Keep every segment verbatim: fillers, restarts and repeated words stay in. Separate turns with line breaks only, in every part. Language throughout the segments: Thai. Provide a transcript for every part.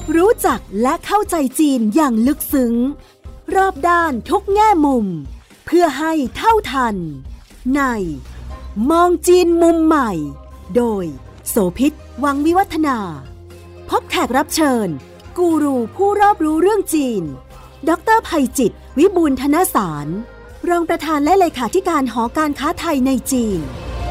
รู้จักและเข้าใจจีนอย่างลึกซึ้งรอบด้านทุกแง่มุมเพื่อให้เท่าทันในมองจีนมุมใหม่โดยโสภิต วังวิวัฒนาพบแขกรับเชิญกูรูผู้รอบรู้เรื่องจีนดร.ไพจิตร วิบูลย์ธนสารรองประธานและเลขาธิการหอการค้าไทยในจีน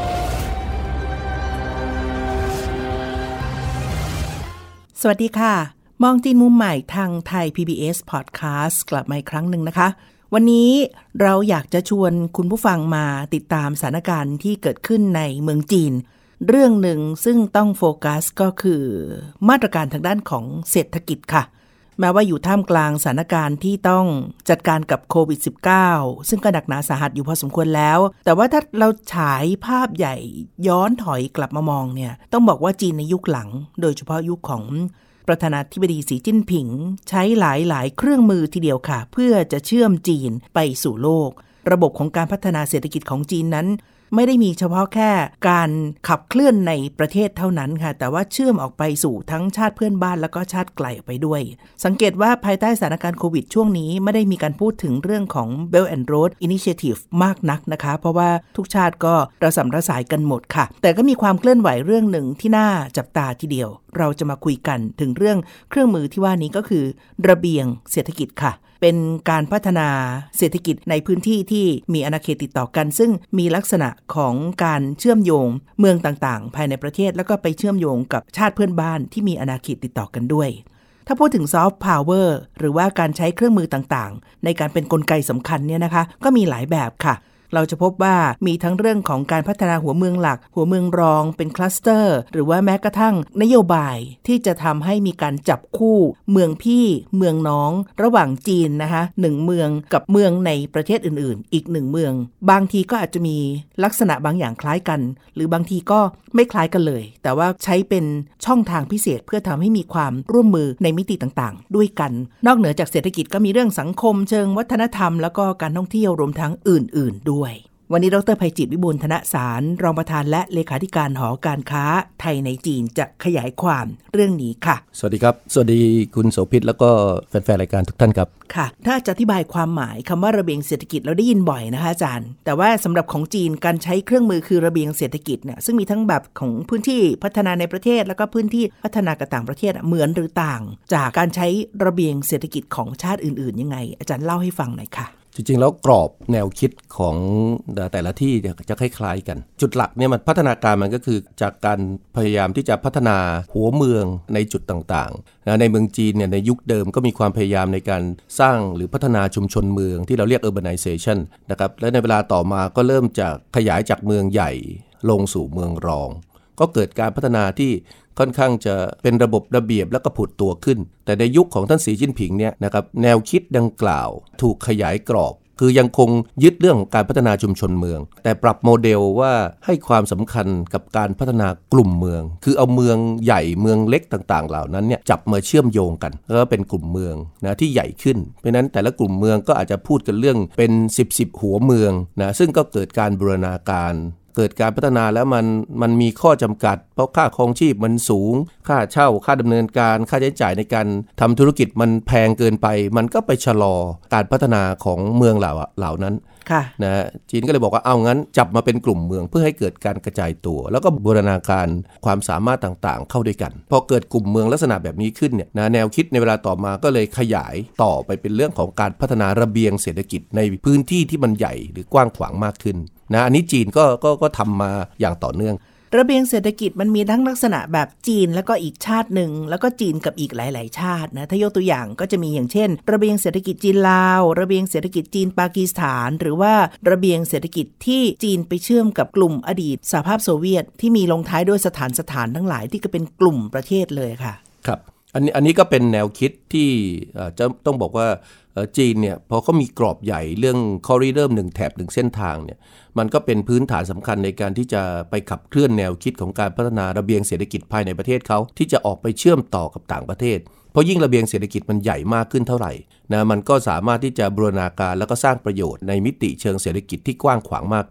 สวัสดีค่ะมองจีนมุมใหม่ทางไทย พี บี เอส Podcast กลับมาอีกครั้งหนึ่งนะคะวันนี้เราอยากจะชวนคุณผู้ฟังมาติดตามสถานการณ์ที่เกิดขึ้นในเมืองจีนเรื่องหนึ่งซึ่งต้องโฟกัสก็คือมาตรการทางด้านของเศรษฐกิจค่ะแม้ว่าอยู่ท่ามกลางสถานการณ์ที่ต้องจัดการกับโควิด สิบเก้า ซึ่งก็หนักหนาสาหัสอยู่พอสมควรแล้วแต่ว่าถ้าเราฉายภาพใหญ่ย้อนถอยกลับมามองเนี่ยต้องบอกว่าจีนในยุคหลังโดยเฉพาะยุคของประธานาธิบดีสีจิ้นผิงใช้หลายๆเครื่องมือทีเดียวค่ะเพื่อจะเชื่อมจีนไปสู่โลกระบบของการพัฒนาเศรษฐกิจของจีนนั้นไม่ได้มีเฉพาะแค่การขับเคลื่อนในประเทศเท่านั้นค่ะแต่ว่าเชื่อมออกไปสู่ทั้งชาติเพื่อนบ้านแล้วก็ชาติไกลออกไปด้วยสังเกตว่าภายใต้สถานการณ์โควิดช่วงนี้ไม่ได้มีการพูดถึงเรื่องของ Belt and Road Initiative มากนักนะคะเพราะว่าทุกชาติก็ระสำระสายกันหมดค่ะแต่ก็มีความเคลื่อนไหวเรื่องหนึ่งที่น่าจับตาทีเดียวเราจะมาคุยกันถึงเรื่องเครื่องมือที่ว่านี้ก็คือระเบียงเศรษฐกิจค่ะเป็นการพัฒนาเศรษฐกิจในพื้นที่ที่มีอาณาเขตติดต่อกันซึ่งมีลักษณะของการเชื่อมโยงเมืองต่างๆภายในประเทศแล้วก็ไปเชื่อมโยงกับชาติเพื่อนบ้านที่มีอาณาเขตติดต่อกันด้วยถ้าพูดถึงซอฟต์พาวเวอร์หรือว่าการใช้เครื่องมือต่างๆในการเป็นกลไกสำคัญเนี่ยนะคะก็มีหลายแบบค่ะเราจะพบว่ามีทั้งเรื่องของการพัฒนาหัวเมืองหลักหัวเมืองรองเป็นคลัสเตอร์หรือว่าแม้กระทั่งนโยบายที่จะทำให้มีการจับคู่เมืองพี่เมืองน้องระหว่างจีนนะคะหนึ่งเมืองกับเมืองในประเทศอื่นๆอีกหนึ่งเมืองบางทีก็อาจจะมีลักษณะบางอย่างคล้ายกันหรือบางทีก็ไม่คล้ายกันเลยแต่ว่าใช้เป็นช่องทางพิเศษเพื่อทำให้มีความร่วมมือในมิติต่างๆด้วยกันนอกเหนือจากเศรษฐกิจก็มีเรื่องสังคมเชิงวัฒนธรรมแล้วก็การท่องเที่ยวรวมทั้งอื่นๆด้วยวันนี้ดร.ไพจิตร วิบูลย์ธนสารรองประธานและเลขาธิการหอการค้าไทยในจีนจะขยายความเรื่องนี้ค่ะ
สวัสดีครับสวัสดีคุณโสภิตแล้วก็แฟนๆรายการทุกท่านครับ
ค่ะถ้าจะอธิบายความหมายคำว่าระเบียงเศรษฐกิจเราได้ยินบ่อยนะคะอาจารย์แต่ว่าสำหรับของจีนการใช้เครื่องมือคือระเบียงเศรษฐกิจเนี่ยซึ่งมีทั้งแบบของพื้นที่พัฒนาในประเทศแล้วก็พื้นที่พัฒนากับต่างประเทศเหมือนหรือต่างจากการใช้ระเบียงเศรษฐกิจของชาติอื่นๆยังไงอาจารย์เล่าให้ฟังหน่อยค่ะ
จริงๆแล้วกรอบแนวคิดของแต่ละที่จะคล้ายๆกันจุดหลักเนี่ยมันพัฒนาการมันก็คือจากการพยายามที่จะพัฒนาหัวเมืองในจุดต่างๆนะในเมืองจีนเนี่ยในยุคเดิมก็มีความพยายามในการสร้างหรือพัฒนาชุมชนเมืองที่เราเรียก urbanization นะครับและในเวลาต่อมาก็เริ่มจากขยายจากเมืองใหญ่ลงสู่เมืองรองก็เกิดการพัฒนาที่ค่อนข้างจะเป็นระบบระเบียบและก็ผุดตัวขึ้นแต่ในยุคของท่านสีจิ้นผิงเนี่ยนะครับแนวคิดดังกล่าวถูกขยายกรอบคือยังคงยึดเรื่องของการพัฒนาชุมชนเมืองแต่ปรับโมเดลว่าให้ความสำคัญกับการพัฒนากลุ่มเมืองคือเอาเมืองใหญ่เมืองเล็กต่างๆเหล่านั้นเนี่ยจับมาเชื่อมโยงกันแล้วก็เป็นกลุ่มเมืองนะที่ใหญ่ขึ้นเพราะนั้นแต่ละกลุ่มเมืองก็อาจจะพูดกันเรื่องเป็นสิบ สิบหัวเมืองนะซึ่งก็เกิดการบูรณาการเกิดการพัฒนาแล้วมันมันมีข้อจำกัดเพราะค่าครองชีพมันสูงค่าเช่าค่าดำเนินการค่าใช้จ่ายในการทำธุรกิจมันแพงเกินไปมันก็ไปชะลอการพัฒนาของเมืองเหล่าเหล่านั้นนะจีนก็เลยบอกว่าเอางั้นจับมาเป็นกลุ่มเมืองเพื่อให้เกิดการกระจายตัวแล้วก็บูรณาการความสามารถต่างๆเข้าด้วยกันพอเกิดกลุ่มเมืองลักษณะแบบนี้ขึ้นเนี่ยนะแนวคิดในเวลาต่อมาก็เลยขยายต่อไปเป็นเรื่องของการพัฒนาระเบียงเศรษฐกิจในพื้นที่ที่มันใหญ่หรือกว้างขวางมากขึ้นนะอันนี้จีนก็ก็ก็ทำมาอย่างต่อเนื่อง
ระเบียงเศรษฐกิจมันมีทั้งลักษณะแบบจีนแล้วก็อีกชาติหนึ่งแล้วก็จีนกับอีกหลายๆชาตินะถ้ายกตัวอย่างก็จะมีอย่างเช่นระเบียงเศรษฐกิจจีนลาวระเบียงเศรษฐกิจจีนปากีสถานหรือว่าระเบียงเศรษฐกิจที่จีนไปเชื่อมกับกลุ่มอดีตสหภาพโซเวียตที่มีลงท้ายด้วยสถานสถานทั้งหลายที่ก็เป็นกลุ่มประเทศเลยค่ะ
ครับอันนี้อันนี้ก็เป็นแนวคิดที่จะต้องบอกว่าจีนเนี่ยพอเขามีกรอบใหญ่เรื่องคอริดอร์หนึ่งแถบหนึ่งเส้นทางเนี่ยมันก็เป็นพื้นฐานสำคัญในการที่จะไปขับเคลื่อนแนวคิดของการพัฒนาระเบียงเศรษฐกิจภายในประเทศเขาที่จะออกไปเชื่อมต่อกับต่างประเทศเพราะยิ่งระเบียงเศรษฐกิจมันใหญ่มากขึ้นเท่าไหร่นะมันก็สามารถที่จะบูรณาการแล้วก็สร้างประโยชน์ในมิติเชิงเศรษฐกิจที่กว้างขวางมากขึ้น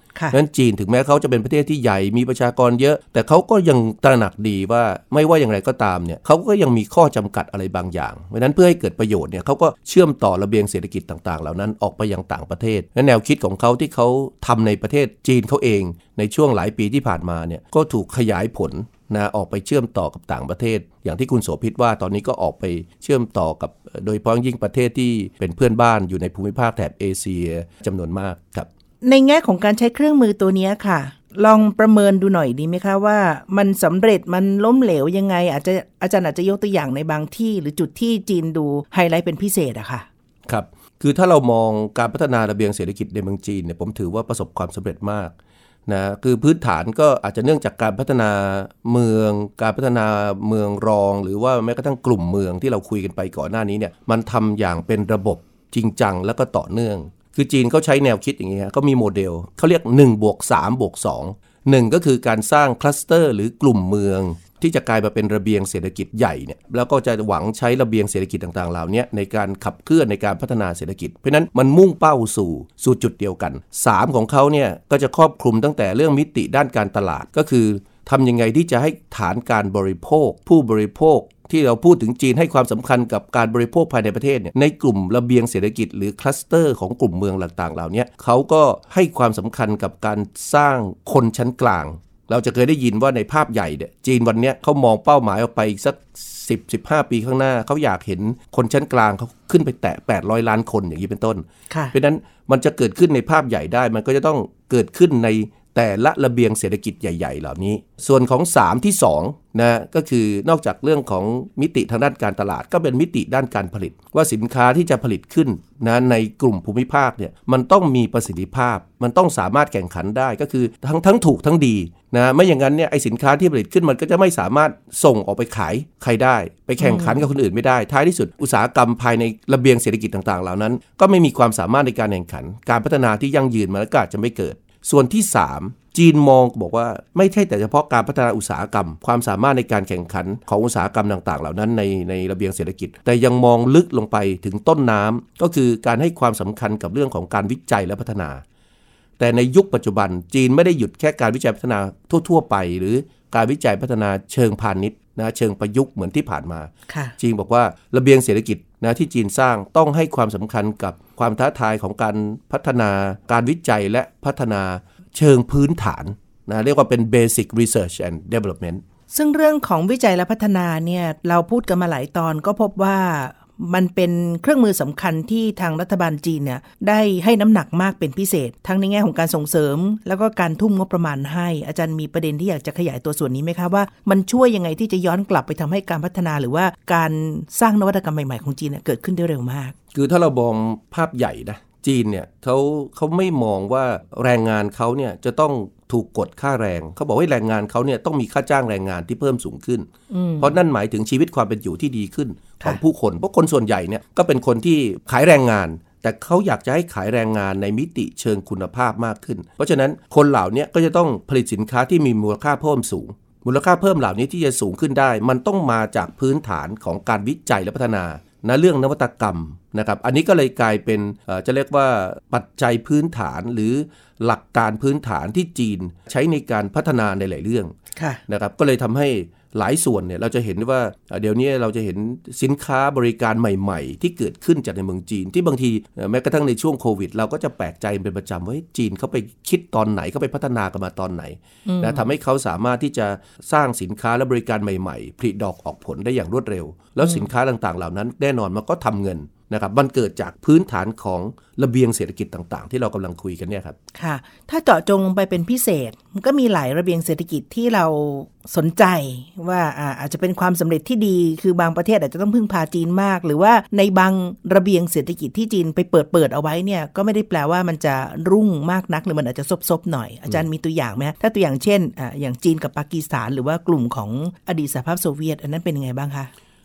ดังนั้นจีนถึงแม้เขาจะเป็นประเทศที่ใหญ่มีประชากรเยอะแต่เขาก็ยังตระหนักดีว่าไม่ว่าอย่างไรก็ตามเนี่ยเขาก็ยังมีข้อจำกัดอะไรบางอย่างเพราะฉะนั้นเพื่อให้เกิดประโยชน์เนี่ยเขาก็เชื่อมต่อระเบียงเศรษฐกิจต่างๆเหล่านั้นออกไปยังต่างประเทศและแนวคิดของเขาที่เขาทำในประเทศจีนเขาเองในช่วงหลายปีที่ผ่านมาเนี่ยก็ถูกขยายผลนะออกไปเชื่อมต่อกับต่างประเทศอย่างที่คุณโสภิตว่าตอนนี้ก็ออกไปเชื่อมต่อกับโดยเฉพาะยิ่งประเทศที่เป็นเพื่อนบ้านอยู่ในภูมิภาคแถบเอเชียจำนวนมากครับ
ในแง่ของการใช้เครื่องมือตัวนี้ค่ะลองประเมินดูหน่อยดีไหมคะว่ามันสำเร็จมันล้มเหลวยังไงอาจจะอาจารย์อาจจะยกตัวอย่างในบางที่หรือจุดที่จีนดูไฮไลท์เป็นพิเศษอะค่ะ
ครับคือถ้าเรามองการพัฒนาระเบียงเศรษฐกิจในเมืองจีนเนี่ยผมถือว่าประสบความสำเร็จมากนะคือพื้นฐานก็อาจจะเนื่องจากการพัฒนาเมืองการพัฒนาเมืองรองหรือว่าแม้กระทั่งกลุ่มเมืองที่เราคุยกันไปก่อนหน้านี้เนี่ยมันทำอย่างเป็นระบบจริงจังแล้วก็ต่อเนื่องคือจีนเขาใช้แนวคิดอย่างนี้ก็มีโมเดลเขาเรียกหนึ่งบวกสามบวกสอง หนึ่งก็คือการสร้างคลัสเตอร์หรือกลุ่มเมืองที่จะกลายมาเป็นระเบียงเศรษฐกิจใหญ่เนี่ยแล้วก็จะหวังใช้ระเบียงเศรษฐกิจต่างๆเหล่านี้ในการขับเคลื่อนในการพัฒนาเศรษฐกิจเพราะนั้นมันมุ่งเป้าสู่สู่จุดเดียวกันสามของเขาเนี่ยก็จะครอบคลุมตั้งแต่เรื่องมิติด้านการตลาดก็คือทำยังไงที่จะให้ฐานการบริโภคผู้บริโภคที่เราพูดถึงจีนให้ความสำคัญกับการบริโภคภายในประเทศเนี่ยในกลุ่มระเบียงเศรษฐกิจหรือคลัสเตอร์ของกลุ่มเมืองต่างๆเหล่านี้เขาก็ให้ความสำคัญกับการสร้างคนชั้นกลางเราจะเคยได้ยินว่าในภาพใหญ่เนี่ยจีนวันนี้เขามองเป้าหมายออกไปอีกสัก สิบถึงสิบห้า ปีข้างหน้าเขาอยากเห็นคนชั้นกลางเขาขึ้นไปแตะแปดร้อยล้านคนอย่างนี้เป็นต้นเพราะนั้นมันจะเกิดขึ้นในภาพใหญ่ได้มันก็จะต้องเกิดขึ้นในแต่ละระเบียงเศรษฐกิจใหญ่ๆเหล่านี้ส่วนของสามที่สองนะก็คือนอกจากเรื่องของมิติทางด้านการตลาดก็เป็นมิติด้านการผลิตว่าสินค้าที่จะผลิตขึ้นนะในกลุ่มภูมิภาคเนี่ยมันต้องมีประสิทธิภาพมันต้องสามารถแข่งขันได้ก็คือทั้งทั้งถูกทั้งดีนะไม่อย่างนั้นเนี่ยไอสินค้าที่ผลิตขึ้นมันก็จะไม่สามารถส่งออกไปขายใครได้ไปแข่งขันกับคนอื่นไม่ได้ท้ายที่สุดอุตสาหกรรมภายในระเบียงเศรษฐกิจต่างๆเหล่านั้นก็ไม่มีความสามารถในการแข่งขันการพัฒนาที่ยั่งยืนมันก็อาจจะไม่เกิดส่วนที่สามจีนมองบอกว่าไม่ใช่แต่เฉพาะการพัฒนาอุตสาหกรรมความสามารถในการแข่งขันของอุตสาหกรรมต่างๆเหล่านั้นในในระเบียงเศรษฐกิจแต่ยังมองลึกลงไปถึงต้นน้ำก็คือการให้ความสำคัญกับเรื่องของการวิจัยและพัฒนาแต่ในยุคปัจจุบันจีนไม่ได้หยุดแค่การวิจัยพัฒนาทั่วๆไปหรือการวิจัยพัฒนาเชิงพาณิชย์นะเชิงประยุกต์เหมือนที่ผ่านมาจีนบอกว่าระเบียงเศรษฐกิจนะที่จีนสร้างต้องให้ความสำคัญกับความท้าทายของการพัฒนาการวิจัยและพัฒนาเชิงพื้นฐานนะเรียกว่าเป็น basic research and development
ซึ่งเรื่องของวิจัยและพัฒนาเนี่ยเราพูดกันมาหลายตอนก็พบว่ามันเป็นเครื่องมือสำคัญที่ทางรัฐบาลจีนเนี่ยได้ให้น้ำหนักมากเป็นพิเศษทั้งในแง่ของการส่งเสริมแล้วก็การทุ่มงบประมาณให้อาจารย์มีประเด็นที่อยากจะขยายตัวส่วนนี้ไหมคะว่ามันช่วยยังไงที่จะย้อนกลับไปทำให้การพัฒนาหรือว่าการสร้างนวัตกรรมใหม่ๆของจีนเกิดขึ้นได้เร็วมาก
คือถ้าเรามองภาพใหญ่นะจีนเนี่ยเขาเขาไม่มองว่าแรงงานเขาเนี่ยจะต้องถูกกดค่าแรงเขาบอกว่าแรงงานเขาเนี่ยต้องมีค่าจ้างแรงงานที่เพิ่มสูงขึ้นเพราะนั่นหมายถึงชีวิตความเป็นอยู่ที่ดีขึ้นของผู้คนเพราะคนส่วนใหญ่เนี่ยก็เป็นคนที่ขายแรงงานแต่เขาอยากจะให้ขายแรงงานในมิติเชิงคุณภาพมากขึ้นเพราะฉะนั้นคนเหล่านี้ก็จะต้องผลิตสินค้าที่มีมูลค่าเพิ่มสูงมูลค่าเพิ่มเหล่านี้ที่จะสูงขึ้นได้มันต้องมาจากพื้นฐานของการวิจัยและพัฒนานะเรื่องนวัตกรรมนะครับอันนี้ก็เลยกลายเป็นจะเรียกว่าปัจจัยพื้นฐานหรือหลักการพื้นฐานที่จีนใช้ในการพัฒนาในหลายเรื่องนะครับก็เลยทำให้หลายส่วนเนี่ยเราจะเห็นว่าเดี๋ยวนี้เราจะเห็นสินค้าบริการใหม่ๆที่เกิดขึ้นจากในเมืองจีนที่บางทีแม้กระทั่งในช่วงโควิดเราก็จะแปลกใจเป็นประจำว่าจีนเขาไปคิดตอนไหนเขาไปพัฒนากันมาตอนไหนนะทำให้เขาสามารถที่จะสร้างสินค้าและบริการใหม่ๆผลิดอกออกผลได้อย่างรวดเร็วแล้วสินค้าต่างๆเหล่านั้นแน่นอนมันก็ทำเงินนะครับมันเกิดจากพื้นฐานของระเบียงเศรษฐกิจต่างๆที่เรากำลังคุยกันเนี่ยครับ
ค่ะถ้าเจาะจงลงไปเป็นพิเศษมันก็มีหลายระเบียงเศรษฐกิจที่เราสนใจว่าอาจจะเป็นความสำเร็จที่ดีคือบางประเทศอาจจะต้องพึ่งพาจีนมากหรือว่าในบางระเบียงเศรษฐกิจที่จีนไปเปิดเปิดเอาไว้เนี่ยก็ไม่ได้แปลว่ามันจะรุ่งมากนักหรือมันอาจจะซบๆหน่อยอาจารย์มีตัวอย่างไหมถ้าตัวอย่างเช่นอ่าอย่างจีนกับปากีสถานหรือว่ากลุ่มของอดีตสหภาพโซเวียตอันนั้นเป็นยังไงบ้างคะ
ถ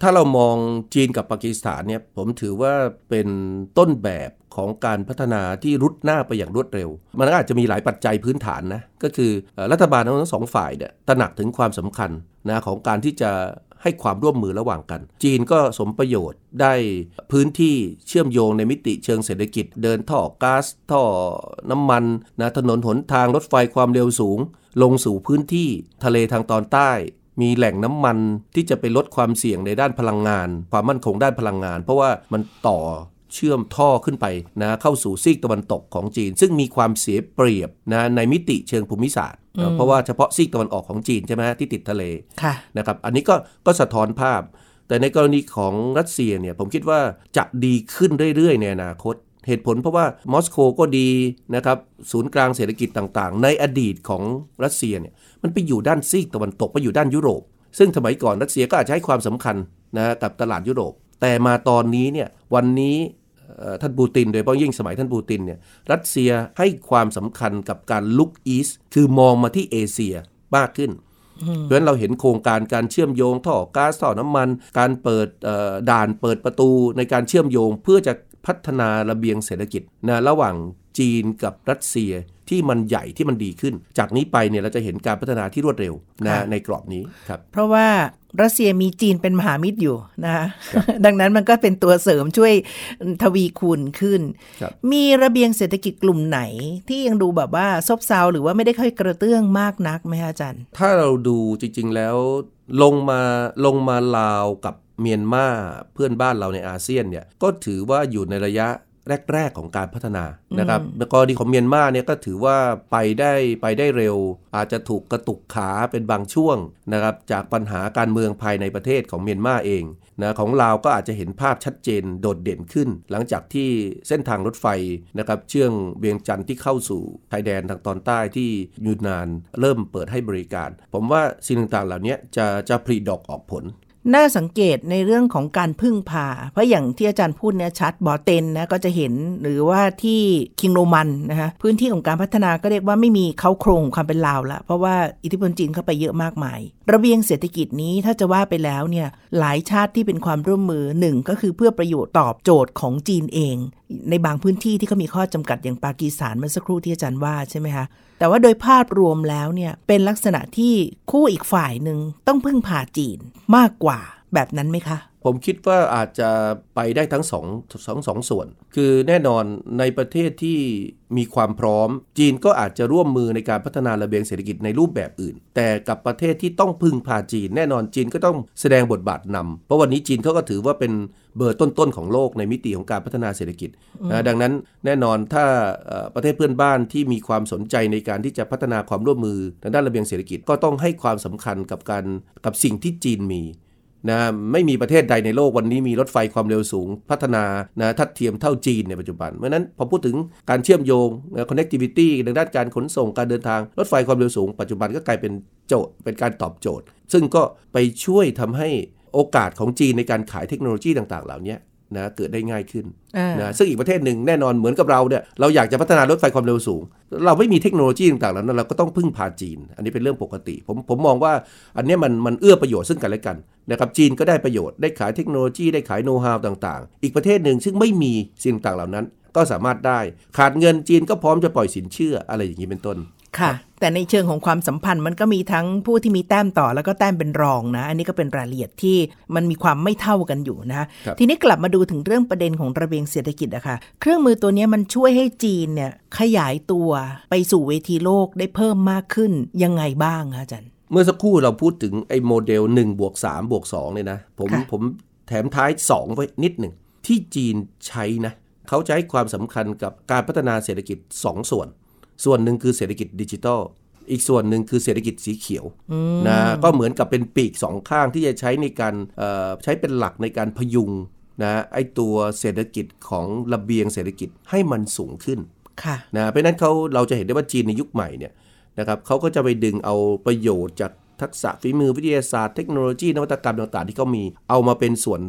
ถ้าเรามองจีนกับปากีสถานเนี่ยผมถือว่าเป็นต้นแบบของการพัฒนาที่รุดหน้าไปอย่างรวดเร็วมันก็อาจจะมีหลายปัจจัยพื้นฐานนะก็คือรัฐบาลทั้งสองฝ่ายเนี่ยตระหนักถึงความสำคัญนะของการที่จะให้ความร่วมมือระหว่างกันจีนก็สมประโยชน์ได้พื้นที่เชื่อมโยงในมิติเชิงเศรษฐกิจเดินท่อก๊าซท่อน้ำมันนะถนนหนทางรถไฟความเร็วสูงลงสู่พื้นที่ทะเลทางตอนใต้มีแหล่งน้ำมันที่จะไปลดความเสี่ยงในด้านพลังงานความมั่นคงด้านพลังงานเพราะว่ามันต่อเชื่อมท่อขึ้นไปนะเข้าสู่ซีกตะวันตกของจีนซึ่งมีความเสียเปรียบนะในมิติเชิงภูมิศาสตร์เพราะว่าเฉพาะซีกตะวันออกของจีนใช่ไหมที่ติดทะเลนะครับอันนี้ก็ก็สะท้อนภาพแต่ในกรณีของรัสเซียเนี่ยผมคิดว่าจะดีขึ้นเรื่อยๆในอนาคตเหตุผลเพราะว่ามอสโกก็ดีนะครับศูนย์กลางเศรษฐกิจต่างๆในอดีตของรัสเซียเนี่ยมันไปอยู่ด้านซีกตะวันตกไปอยู่ด้านยุโรปซึ่งสมัยก่อนรัสเซียก็อาจจะให้ความสำคัญนะกับตลาดยุโรปแต่มาตอนนี้เนี่ยวันนี้ท่านปูตินโดยเฉพาะยิ่งสมัยท่านปูตินเนี่ยรัสเซียให้ความสำคัญกับการลุกอีสต์คือมองมาที่เอเชียมากขึ้นเพราะฉะนั้นเราเห็นโครงการการเชื่อมโยงท่อก๊าซท่อน้ำมันการเปิดด่านเปิดประตูในการเชื่อมโยงเพื่อจะพัฒนาระเบียงเศรษฐกิจนะระหว่างจีนกับรัสเซียที่มันใหญ่ที่มันดีขึ้นจากนี้ไปเนี่ยเราจะเห็นการพัฒนาที่รวดเร็วนะในกรอบนี้ครับ
เพราะว่ารัสเซียมีจีนเป็นมหามิตรอยู่นะคะดังนั้นมันก็เป็นตัวเสริมช่วยทวีคูณขึ้นมีระเบียงเศรษฐกิจกลุ่มไหนที่ยังดูแบบว่าซบเซาหรือว่าไม่ได้ค่อยกระเตื้องมากนักไหมคะอาจารย์
ถ้าเราดูจริงๆแล้วลงมาลงมาลาวกับเมียนมาเพื่อนบ้านเราในอาเซียนเนี่ยก็ถือว่าอยู่ในระยะแรกๆของการพัฒนานะครับแล้วก็ดีของเมียนมาเนี่ยก็ถือว่าไปได้ไปได้เร็วอาจจะถูกกระตุกขาเป็นบางช่วงนะครับจากปัญหาการเมืองภายในประเทศของเมียนมาเองนะของลาวก็อาจจะเห็นภาพชัดเจนโดดเด่นขึ้นหลังจากที่เส้นทางรถไฟนะครับเชื่อมเวียงจันทร์ที่เข้าสู่ชายแดนทางตอนใต้ที่ยูนนานเริ่มเปิดให้บริการผมว่าสิ่งต่างๆเหล่านี้จะจะผลิดอกออกผล
น่าสังเกตในเรื่องของการพึ่งพาเพราะอย่างที่อาจารย์พูดเนี่ยชัดบอเตนนะก็จะเห็นหรือว่าที่คิงโรมันนะคะพื้นที่ของการพัฒนาก็เรียกว่าไม่มีเค้าโครงความเป็นลาวละเพราะว่าอิทธิพลจีนเข้าไปเยอะมากมายระเบียงเศรษฐกิจนี้ถ้าจะว่าไปแล้วเนี่ยหลายชาติที่เป็นความร่วมมือหนึ่งก็คือเพื่อประโยชน์ตอบโจทย์ของจีนเองในบางพื้นที่ที่เขามีข้อจำกัดอย่างปากีสถานเมื่อสักครู่ที่อาจารย์ว่าใช่ไหมคะแต่ว่าโดยภาพรวมแล้วเนี่ยเป็นลักษณะที่คู่อีกฝ่ายหนึ่งต้องพึ่งพาจีนมากกว่าแบบนั้นไหมคะ
ผมคิดว่าอาจจะไปได้ทั้งสองสองสองส่วนคือแน่นอนในประเทศที่มีความพร้อมจีนก็อาจจะร่วมมือในการพัฒนาระเบียงเศรษฐกิจในรูปแบบอื่นแต่กับประเทศที่ต้องพึ่งพาจีนแน่นอนจีนก็ต้องแสดงบทบาทนำเพราะวันนี้จีนเขาก็ถือว่าเป็นเบอร์ต้นๆของโลกในมิติของการพัฒนาเศรษฐกิจนะดังนั้นแน่นอนถ้าประเทศเพื่อนบ้านที่มีความสนใจในการที่จะพัฒนาความร่วมมือในด้านระเบียงเศรษฐกิจก็ต้องให้ความสำคัญกับการกับสิ่งที่จีนมีนะไม่มีประเทศใดในโลกวันนี้มีรถไฟความเร็วสูงพัฒนานะทัดเทียมเท่าจีนในปัจจุบันเพราะนั้นพอพูดถึงการเชื่อมโยงนะ connectivity ในด้านการขนส่งการเดินทางรถไฟความเร็วสูงปัจจุบันก็กลายเป็นโจทย์เป็นการตอบโจทย์ซึ่งก็ไปช่วยทำให้โอกาสของจีนในการขายเทคโนโลยีต่างๆเหล่านี้นะเกิดได้ง่ายขึ้นนะซึ่งอีกประเทศหนึ่งแน่นอนเหมือนกับเราเนี่ยเราอยากจะพัฒนารถไฟความเร็วสูงเราไม่มีเทคโนโลยีต่างๆแล้วนั้นเราก็ต้องพึ่งพาจีนอันนี้เป็นเรื่องปกติผมผมมองว่าอันนี้มันมันเอื้อประโยชน์ซึ่งกันและกันนะครับจีนก็ได้ประโยชน์ได้ขายเทคโนโลยีได้ขายโน้ตฮาวต่างๆอีกประเทศหนึ่งซึ่งไม่มีสิ่งต่างๆเหล่านั้นก็สามารถได้ขาดเงินจีนก็พร้อมจะปล่อยสินเชื่ออะไรอย่างนี้เป็นต้น
ค่ะแต่ในเชิงของความสัมพันธ์มันก็มีทั้งผู้ที่มีแต้มต่อแล้วก็แต้มเป็นรองนะอันนี้ก็เป็นรายละเอียดที่มันมีความไม่เท่ากันอยู่นะทีนี้กลับมาดูถึงเรื่องประเด็นของระเบียงเศรษฐกิจอะค่ะเครื่องมือตัวนี้มันช่วยให้จีนเนี่ยขยายตัวไปสู่เวทีโลกได้เพิ่มมากขึ้นยังไงบ้างคะอาจารย์
เมื่อสักครู่เราพูดถึงไอ้โมเดล หนึ่งบวกสามบวกสองเนี่ยนะผมผมแถมท้ายสองไว้นิดหนึ่งที่จีนใช้นะเขาใช้ความสำคัญกับการพัฒนาเศรษฐกิจสองส่วนส่วนหนึ่งคือเศรษฐกิจดิจิทัลอีกส่วนหนึ่งคือเศรษฐกิจสีเขียวนะก็เหมือนกับเป็นปีกสองข้างที่จะใช้ในการใช้เป็นหลักในการพยุงนะไอ้ตัวเศรษฐกิจของระเบียงเศรษฐกิจให้มันสูงขึ้นนะเพราะนั้นเขาเราจะเห็นได้ว่าจีนในยุคใหม่เนี่ยนะครับเขาก็จะไปดึงเอาประโยชน์จากทักษะฝีมือวิทยาศาสตร์เทคโนโลยีนวัตกรรมต่างๆที่เขามีเอามาเป็นส่วนหนึ่ง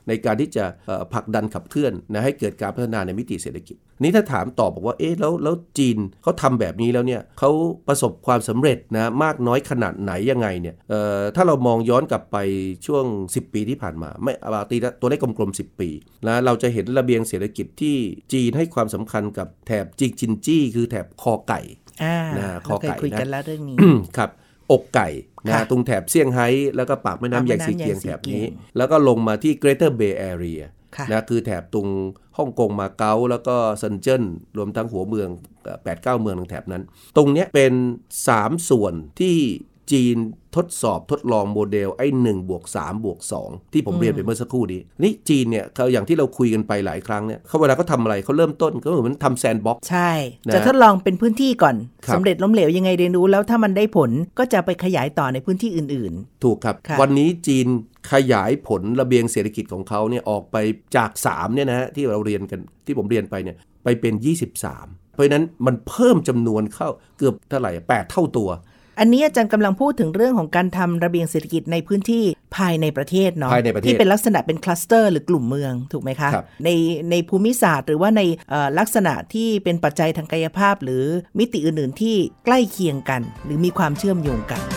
ในการที่จะผลักดันขับเคลื่อนนะให้เกิดการพัฒนาในมิติเศรษฐกิจนี้ถ้าถามตอบบอกว่าเอ๊ะแล้วแล้วจีนเขาทำแบบนี้แล้วเนี่ยเขาประสบความสำเร็จนะมากน้อยขนาดไหนยังไงเนี่ยถ้าเรามองย้อนกลับไปช่วงสิบปีที่ผ่านมาไม่เอาตีตัวเลขกลมๆสิบปีนะเราจะเห็นระเบียงเศรษฐกิจที่จีนให้ความสำคัญกับแถบจิงจินจี้คือแถบคอไก่
นะคอไก่คุยกันแล้วเรื่องนี้
ครับอกไก่นะตรงแถบเซี่ยงไฮ้แล้วก็ปากแม่น้ำแยงซีเกียงแถบนี้แล้วก็ลงมาที่ Greater Bay Area นะคือแถบตรงฮ่องกงมาเก๊าแล้วก็เซินเจิ้นรวมทั้งหัวเมือง แปดเก้า เมืองตรงแถบนั้นตรงนี้เป็นสามส่วนที่จีนทดสอบทดลองโมเดลไอ้หนึ่งบวกสามบวกสองที่ผมเรียนไปเมื่อสักครู่นี้นี่จีนเนี่ยเขาอย่างที่เราคุยกันไปหลายครั้งเนี่ยเขาเวลาเขาทำอะไรเขาเริ่มต้นก็เหมือนทำแซนด์บ็อกซ์
ใช่จะทดลองเป็นพื้นที่ก่อนสำเร็จล้มเหลวยังไงเรียนรู้แล้วถ้ามันได้ผลก็จะไปขยายต่อในพื้นที่อื่นๆ
ถูกครับวันนี้จีนขยายผลระเบียงเศรษฐกิจของเขาเนี่ยออกไปจากสามเนี่ยนะที่เราเรียนกันที่ผมเรียนไปเนี่ยไปเป็นยี่สิบสามเพราะฉะนั้นมันเพิ่มจำนวนเข้าเกือบเท่าไหร่แปดเท่าตัว
อันนี้อาจารย์กำลังพูดถึงเรื่องของการทำระเบียงเศรษฐกิจในพื้นที่ภายในประเทศเนาะที่เป็นลักษณะเป็นคลัสเตอร์หรือกลุ่มเมืองถูกไหมคะในในภูมิศาสตร์หรือว่าในลักษณะที่เป็นปัจจัยทางกายภาพหรือมิติอื่นๆที่ใกล้เคียงกันหรือมีความเชื่อมโยงกัน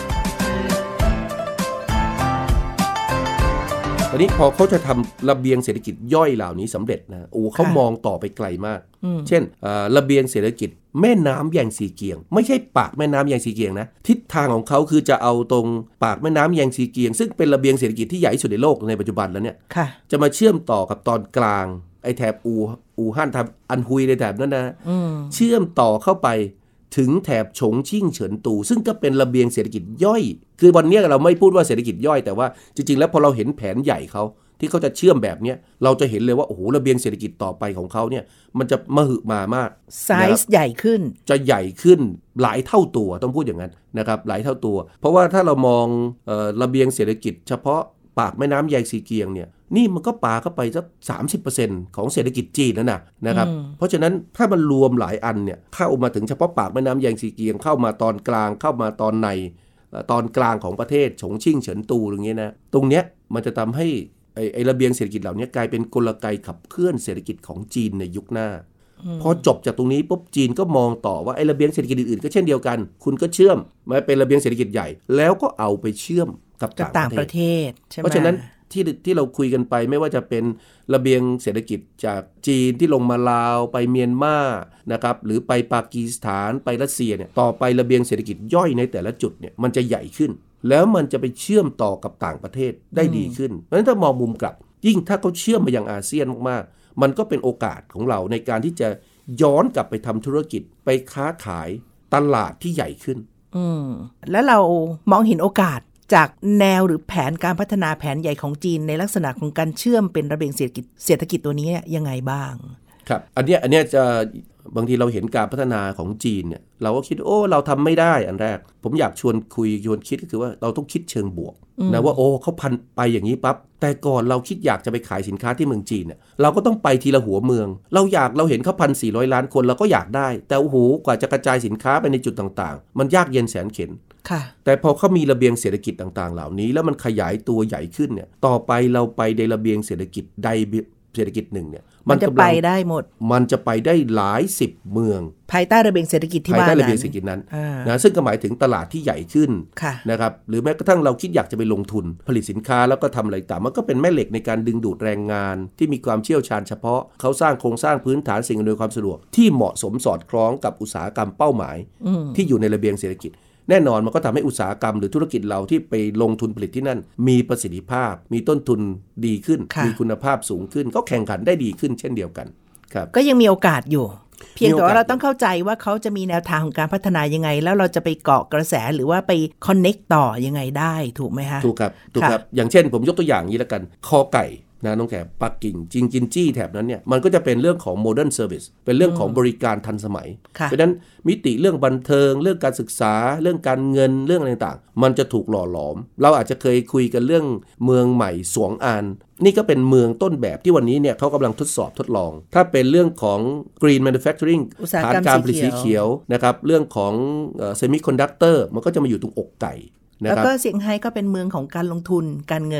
ตอนนี้พอเขาจะทำระเบียงเศรษฐกิจย่อยเหล่านี้สำเร็จนะโอ้เขามองต่อไปไกลมากเช่นระเบียงเศรษฐกิจแม่น้ำแยงซีเกียงไม่ใช่ปากแม่น้ำแยงซีเกียงนะทิศทางของเขาคือจะเอาตรงปากแม่น้ำแยงซีเกียงซึ่งเป็นระเบียงเศรษฐกิจที่ใหญ่ที่สุดในโลกในปัจจุบันแล้วเนี่ยจะมาเชื่อมต่อกับตอนกลางไอ้แถบอูอูฮั่นทำอันฮุยในแถบนั้นนะเชื่อมต่อเข้าไปถึงแถบฉงชิ่งเฉินตูซึ่งก็เป็นระเบียงเศรษฐกิจย่อยคือวันนี้เราไม่พูดว่าเศรษฐกิจย่อยแต่ว่าจริงๆแล้วพอเราเห็นแผนใหญ่เขาที่เขาจะเชื่อมแบบนี้เราจะเห็นเลยว่าโอ้โหระเบียงเศรษฐกิจต่อไปของเขาเนี่ยมันจะมหึมามาก
ไซส์ใหญ่ขึ้น
จะใหญ่ขึ้นหลายเท่าตัวต้องพูดอย่างนั้นนะครับหลายเท่าตัวเพราะว่าถ้าเรามองเอ่อระเบียงเศรษฐกิจเฉพาะปากแม่น้ำแยงซีเกียงเนี่ยนี่มันก็ปาเข้าไปสัก สามสิบเปอร์เซ็นต์ ของเศรษฐกิจจีนแล้วนะนะครับเพราะฉะนั้นถ้ามันรวมหลายอันเนี่ยเข้ามาถึงเฉพาะปากแม่น้ำแยงซีเกียงเข้ามาตอนกลางเข้ามาตอนในตอนกลางของประเทศฉงชิ่งเฉินตูอย่างเงี้ยนะตรงเนี้ยมันจะทำให้ไอ้ไอ้ระเบียงเศรษฐกิจเหล่านี้กลายเป็นกลไกขับเคลื่อนเศรษฐกิจของจีนในยุคหน้าพอจบจากตรงนี้ปุ๊บจีนก็มองต่อว่าไอ้ระเบียงเศรษฐกิจอื่นๆก็เช่นเดียวกันคุณก็เชื่อมมาเป็นระเบียงเศรษฐกิจใหญ่แล้วก็เอาไปเชื่อมกับ
ต่างประเทศใช่ไหม
เพราะฉะนั้นที่ที่เราคุยกันไปไม่ว่าจะเป็นระเบียงเศรษฐกิจจากจีนที่ลงมาลาวไปเมียนมานะครับหรือไปปากีสถานไปรัสเซียเนี่ยต่อไประเบียงเศรษฐกิจย่อยในแต่ละจุดเนี่ยมันจะใหญ่ขึ้นแล้วมันจะไปเชื่อมต่อกับต่างประเทศได้ดีขึ้นเพราะฉะนั้นถ้ามองมุมกลับยิ่งถ้าเขาเชื่อมมายังอาเซียนมากๆมันก็เป็นโอกาสของเราในการที่จะย้อนกลับไปทำธุรกิจไปค้าขายตลาดที่ใหญ่ขึ้น
อืมแล้วเรามองเห็นโอกาสจากแนวหรือแผนการพัฒนาแผนใหญ่ของจีนในลักษณะของการเชื่อมเป็นระเบียงเศรษฐกิจเศรษฐกิจตัวนี้ยังไงบ้าง
ครับอันเนี้ยอันเนี้ยจะบางทีเราเห็นการพัฒนาของจีนเนี่ยเราก็คิดโอ้เราทำไม่ได้อันแรกผมอยากชวนคุยชวนคิดก็คือว่าเราต้องคิดเชิงบวกนะว่าโอ้เขาพันไปอย่างนี้ปั๊บแต่ก่อนเราคิดอยากจะไปขายสินค้าที่เมืองจีนเนี่ยเราก็ต้องไปทีละหัวเมืองเราอยากเราเห็นเขาพันสี่ร้อยล้านคนเราก็อยากได้แต่โอ้โหกว่าจะกระจายสินค้าไปในจุดต่างๆมันยากเย็นแสนเข็ญแต่พอเขามีระเบียงเศรษฐกิจต่างๆเหล่านี้แล้วมันขยายตัวใหญ่ขึ้นเนี่ยต่อไปเราไปในระเบียงเศรษฐกิจใดเศรษฐกิจหนึ่งเนี่ย
มันจะไปได้หมด
มันจะไปได้หลายสิบเมือง
ภายใต้ระเบียงเศรษฐกิจที่ว่า
นั้นภายใต้ระเบียงเศรษฐกิจนั้นนะซึ่งก็หมายถึงตลาดที่ใหญ่ขึ้นนะครับหรือแม้กระทั่งเราคิดอยากจะไปลงทุนผลิตสินค้าแล้วก็ทำอะไรต่างมันก็เป็นแม่เหล็กในการดึงดูดแรงงานที่มีความเชี่ยวชาญเฉพาะเขาสร้างโครงสร้างพื้นฐานสิ่งอำนวยความสะดวกที่เหมาะสมสอดคล้องกับอุตสาหกรรมเป้าหมายที่อยู่ในระเบียงเศรษฐกิจแน่นอนมันก็ทำให้อุตสาหกรรมหรือธุรกิจเราที่ไปลงทุนผลิตที่นั่นมีประสิทธิภาพมีต้นทุนดีขึ้นมีคุณภาพสูงขึ้นก็แข่งขันได้ดีขึ้นเช่นเดียวกันครับ
ก็ยังมีโอกาสอยู่เพียงแต่ว่าเราต้องเข้าใจว่าเขาจะมีแนวทางของการพัฒนายังไงแล้วเราจะไปเกาะกระแสหรือว่าไปคอนเนคต่อยังไงได้ถูกไหมคะ
ถูกครับถูกครับอย่างเช่นผมยกตัวอย่างนี้แล้วกันคอไก่นะน้องแขกปักกิ่งจิงจินจี้แถบนั้นเนี่ยมันก็จะเป็นเรื่องของโมเดิร์นเซอร์วิสเป็นเรื่องของบริการทันสมัยเพราะฉะนั้นมิติเรื่องบันเทิงเรื่องการศึกษาเรื่องการเงินเรื่องอะไรต่างๆมันจะถูกหล่อหลอมเราอาจจะเคยคุยกันเรื่องเมืองใหม่สวงอานนี่ก็เป็นเมืองต้นแบบที่วันนี้เนี่ยเขากำลังทดสอบทดลองถ้าเป็นเรื่องของ Green Manufacturing ฐานการผลิตสีเขียวนะครับเรื่องของเอ่อ Semiconductor มันก็จะมาอยู่ตรงอกไก่
นะครับแล้วก็เซี่ยงไฮ้ก็เป็นเมืองของการลงทุนการเงิน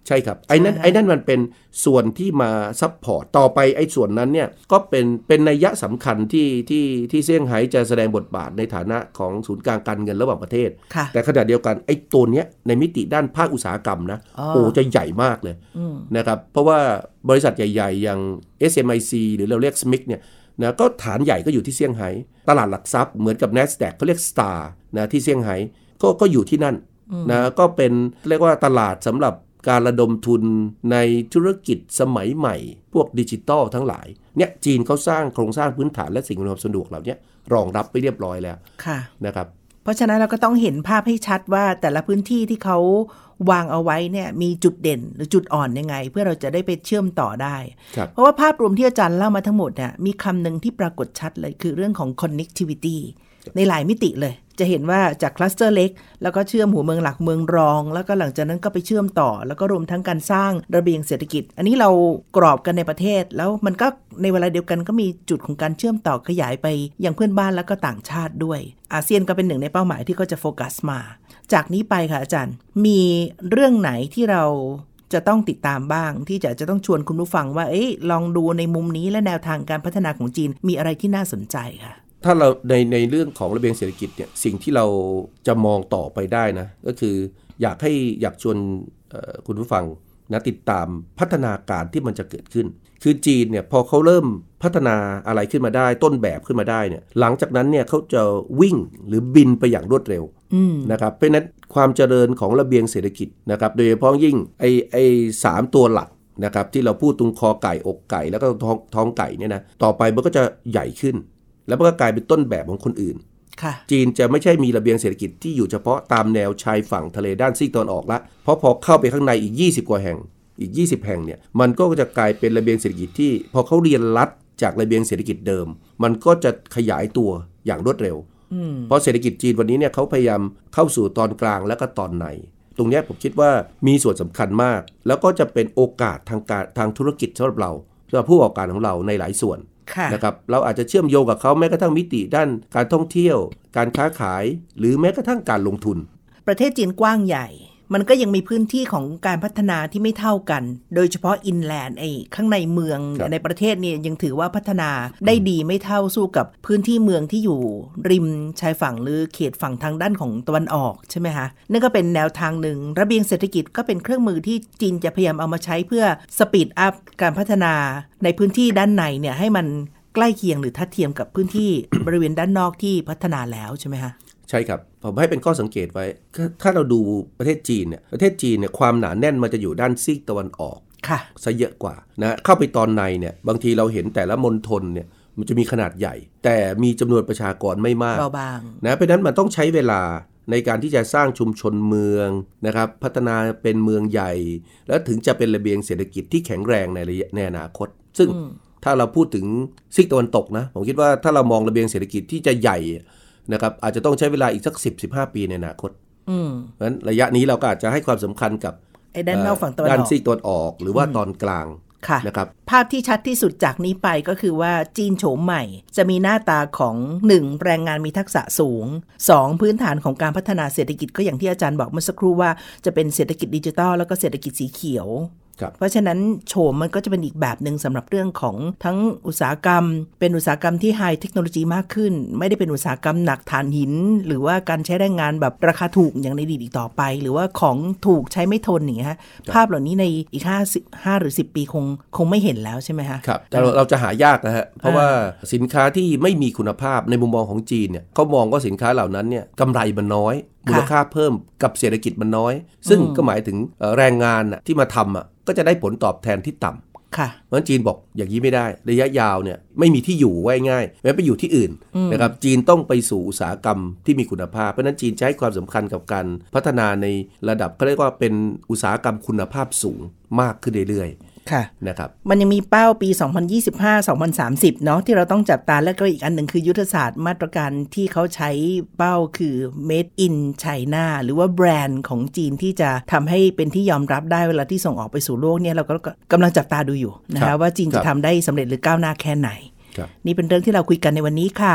ใช่ครับไอ้นั่นไอ้นั่นมันเป็นส่วนที่มาซัพพอร์ตต่อไปไอ้ส่วนนั้นเนี่ยก็เป็นเป็นนัยยะสำคัญที่ที่ที่เซี่ยงไฮ้จะแสดงบทบาทในฐานะของศูนย์กลางการเงินระหว่างประเทศแต่ขณะเดียวกันไอ้ตัวเนี้ยในมิติด้านภาคอุตสาหกรรมนะโอ้จะใหญ่มากเลยนะครับเพราะว่าบริษัทใหญ่ๆอย่าง เอส เอ็ม ไอ ซี หรือเราเรียก เอส เอ็ม ไอ ซี เนี่ยนะก็ฐานใหญ่ก็อยู่ที่เซี่ยงไฮ้ตลาดหลักทรัพย์เหมือนกับ NASDAQ เขาเรียก Star นะที่เซี่ยงไฮ้ก็ก็อยู่ที่นั่นนะก็เป็นเรียกว่าตลาดสำหรับการระดมทุนในธุรกิจสมัยใหม่พวกดิจิตอลทั้งหลายเนี่ยจีนเขาสร้างโครงสร้างพื้นฐานและสิ่งอำนวยความสะดวกเหล่านี้รองรับไปเรียบร้อยแล้วนะครับ
เพราะฉะนั้นเราก็ต้องเห็นภาพให้ชัดว่าแต่ละพื้นที่ที่เขาวางเอาไว้เนี่ยมีจุดเด่นหรือจุดอ่อนยังไงเพื่อเราจะได้ไปเชื่อมต่อได้เพราะว่าภาพรวมที่อาจารย์เล่ามาทั้งหมดเนี่ยมีคำหนึ่งที่ปรากฏชัดเลยคือเรื่องของ connectivity ในหลายมิติเลยจะเห็นว่าจากคลัสเตอร์เล็กแล้วก็เชื่อมหัวเมืองหลักเมืองรองแล้วก็หลังจากนั้นก็ไปเชื่อมต่อแล้วก็รวมทั้งการสร้างระเบียงเศรษฐกิจอันนี้เรากรอบกันในประเทศแล้วมันก็ในเวลาเดียวกันก็มีจุดของการเชื่อมต่อขยายไปยังเพื่อนบ้านแล้วก็ต่างชาติด้วยอาเซียนก็เป็นหนึ่งในเป้าหมายที่เขาจะโฟกัสมาจากนี้ไปค่ะอาจารย์มีเรื่องไหนที่เราจะต้องติดตามบ้างที่จะจะต้องชวนคุณผู้ฟังว่าเอ๊ะลองดูในมุมนี้และแนวทางการพัฒนาของจีนมีอะไรที่น่าสนใจค่ะ
ถ้าเราในในเรื่องของระเบียงเศรษฐกิจเนี่ยสิ่งที่เราจะมองต่อไปได้นะก็คืออยากให้อยากชวนคุณผู้ฟังนะติดตามพัฒนาการที่มันจะเกิดขึ้นคือจีนเนี่ยพอเขาเริ่มพัฒนาอะไรขึ้นมาได้ต้นแบบขึ้นมาได้เนี่ยหลังจากนั้นเนี่ยเขาจะวิ่งหรือบินไปอย่างรวดเร็วนะครับเพราะนั้นความเจริญของระเบียงเศรษฐกิจนะครับโดยเฉพาะยิ่งไอ้ไอ้สามตัวหลักนะครับที่เราพูดตรงคอไก่อกไก่แล้วก็ท้องท้องไก่เนี่ยนะต่อไปมันก็จะใหญ่ขึ้นแล้วมันก็กลายเป็นต้นแบบของคนอื่นจีนจะไม่ใช่มีระเบียงเศรษฐกิจที่อยู่เฉพาะตามแนวชายฝั่งทะเลด้านซีกตะวันออกละเพราะพอเข้าไปข้างในอีกยี่สิบกว่าแห่งอีกยี่สิบแห่งเนี่ยมันก็จะกลายเป็นระเบียงเศรษฐกิจที่พอเขาเรียนรัดจากระเบียงเศรษฐกิจเดิมมันก็จะขยายตัวอย่างรวดเร็วเพราะเศรษฐกิจจีนวันนี้เนี่ยเขาพยายามเข้าสู่ตอนกลางและก็ตอนในตรงนี้ผมคิดว่ามีส่วนสำคัญมากแล้วก็จะเป็นโอกาสทางการทางธุรกิจสำหรับเราสำหรับผู้ประกอบการของเราในหลายส่วนนะครับเราอาจจะเชื่อมโยงกับเขาแม้กระทั่งมิติด้านการท่องเที่ยวการค้าขายหรือแม้กระทั่งการลงทุน
ประเทศจีนกว้างใหญ่มันก็ยังมีพื้นที่ของการพัฒนาที่ไม่เท่ากันโดยเฉพาะอินแลนด์ไอ้ข้างในเมืองในประเทศเนี่ยยังถือว่าพัฒนาได้ดีไม่เท่าสู้กับพื้นที่เมืองที่อยู่ริมชายฝั่งหรือเขตฝั่งทางด้านของตะวันออกใช่ไหมคะนั่นก็เป็นแนวทางหนึ่งระเบียงเศรษฐกิจก็เป็นเครื่องมือที่จีนจะพยายามเอามาใช้เพื่อสปีดอัพการพัฒนาในพื้นที่ด้านในเนี่ยให้มันใกล้เคียงหรือทัดเทียมกับพื้นที่ บริเวณด้านนอกที่พัฒนาแล้วใช่ไหมคะ
ใช่ครับผมให้เป็นข้อสังเกตไว้ถ้าเราดูประเทศจีนเนี่ยประเทศจีนเนี่ยความหนาแน่นมันจะอยู่ด้านซีกตะวันออก
ค่ะ
ซะเยอะกว่านะเข้าไปตอนในเนี่ยบางทีเราเห็นแต่ละมณฑลเนี่ยมันจะมีขนาดใหญ่แต่มีจำนวนประชากรไม่มาก
เบาบาง
นะเพราะนั้นมันต้องใช้เวลาในการที่จะสร้างชุมชนเมืองนะครับพัฒนาเป็นเมืองใหญ่แล้วถึงจะเป็นระเบียงเศรษฐกิจที่แข็งแรงในระยะในอนาคตซึ่งถ้าเราพูดถึงซีกตะวันตกนะผมคิดว่าถ้าเรามองระเบียงเศรษฐกิจที่จะใหญ่นะครับอาจจะต้องใช้เวลาอีกสัก สิบถึงสิบห้า ปีในอนาคตเพราะฉะนั้นระยะนี้เราก็อาจจะให้ความสำคัญกับ
ไอ้ด้านนอกฝั่งตะวันออก
ด้านซีกตะวันออกหรือว่าตอนกลางนะครับ
ภาพที่ชัดที่สุดจากนี้ไปก็คือว่าจีนโฉมใหม่จะมีหน้าตาของหนึ่งแรงงานมีทักษะสูงสองพื้นฐานของการพัฒนาเศรษฐกิจก็อย่างที่อาจารย์บอกเมื่อสักครู่ว่าจะเป็นเศรษฐกิจดิจิทัลแล้วก็เศรษฐกิจสีเขียวเพราะฉะนั้นโฉมมันก็จะเป็นอีกแบบนึงสำหรับเรื่องของทั้งอุตสาหกรรมเป็นอุตสาหกรรมที่ไฮเทคโนโลยีมากขึ้นไม่ได้เป็นอุตสาหกรรมหนักถ่านหินหรือว่าการใช้แรงงานแบบราคาถูกอย่างในอดีตอีกต่อไปหรือว่าของถูกใช้ไม่ทนอย่างเงี้ยภาพเหล่านี้ในอีกห้าสิบ ห้าหรือสิบปีคงคงไม่เห็นแล้วใช่ไหมฮะ
ครับแต่เราจะหายากนะฮะเพราะว่าสินค้าที่ไม่มีคุณภาพในมุมมองของจีนเนี่ยเขามองว่าสินค้าเหล่านั้นเนี่ยกำไรมันน้อยมูลค่าเพิ่มกับเศรษฐกิจมันน้อยซึ่งก็หมายถึงแรงงานที่มาทำอ่ะก็จะได้ผลตอบแทนที่ต่ำเพราะฉะนั้นจีนบอกอย่างนี้ไม่ได้ระยะยาวเนี่ยไม่มีที่อยู่ไว้ง่ายแม้ไปอยู่ที่อื่นนะครับจีนต้องไปสู่อุตสาหกรรมที่มีคุณภาพเพราะฉะนั้นจีนใช้ความสำคัญกับการพัฒนาในระดับเขาเรียกว่าเป็นอุตสาหกรรมคุณภาพสูงมากขึ้นเรื่อย
ค่ะ
นะครับ
มันยังมีเป้าปีสองพันยี่สิบห้า สองพันสามสิบเนาะที่เราต้องจับตาแล้วก็อีกอันหนึ่งคือยุทธศาสตร์มาตรการที่เขาใช้เป้าคือ Made in China หรือว่าแบรนด์ของจีนที่จะทำให้เป็นที่ยอมรับได้เวลาที่ส่งออกไปสู่โลกเนี่ยเราก็กำลังจับตาดูอยู่นะคะว่าจีนจะทำได้สำเร็จหรือก้าวหน้าแค่ไหนนี่เป็นเรื่องที่เราคุยกันในวันนี้ค่ะ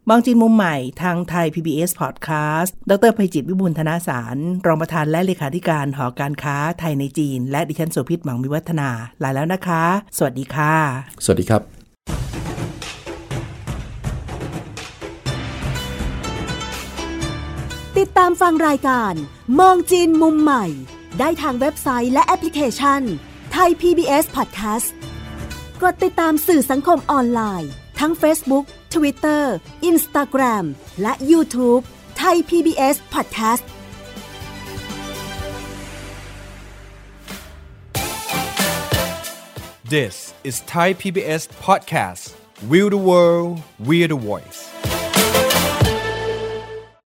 มองจีนมุมใหม่ทางไทย พี บี เอส Podcast ดร.ไพจิตรวิบูลย์ธนสารรองประธานและเลขาธิการหอการค้าไทยในจีนและดิฉันโสภิต หมั่งมีวัฒนาลาแล้วนะคะสวัสดีค่ะ
สวัสดีครับ
ติดตามฟังรายการมองจีนมุมใหม่ได้ทางเว็บไซต์และแอปพลิเคชันไทย พี บี เอส Podcast กดติดตามสื่อสังคมออนไลน์ทั้ง Facebook, Twitter, Instagram และ YouTube ไทย พี บี เอส Podcast
This is Thai พี บี เอส Podcast. We the world, we the voice.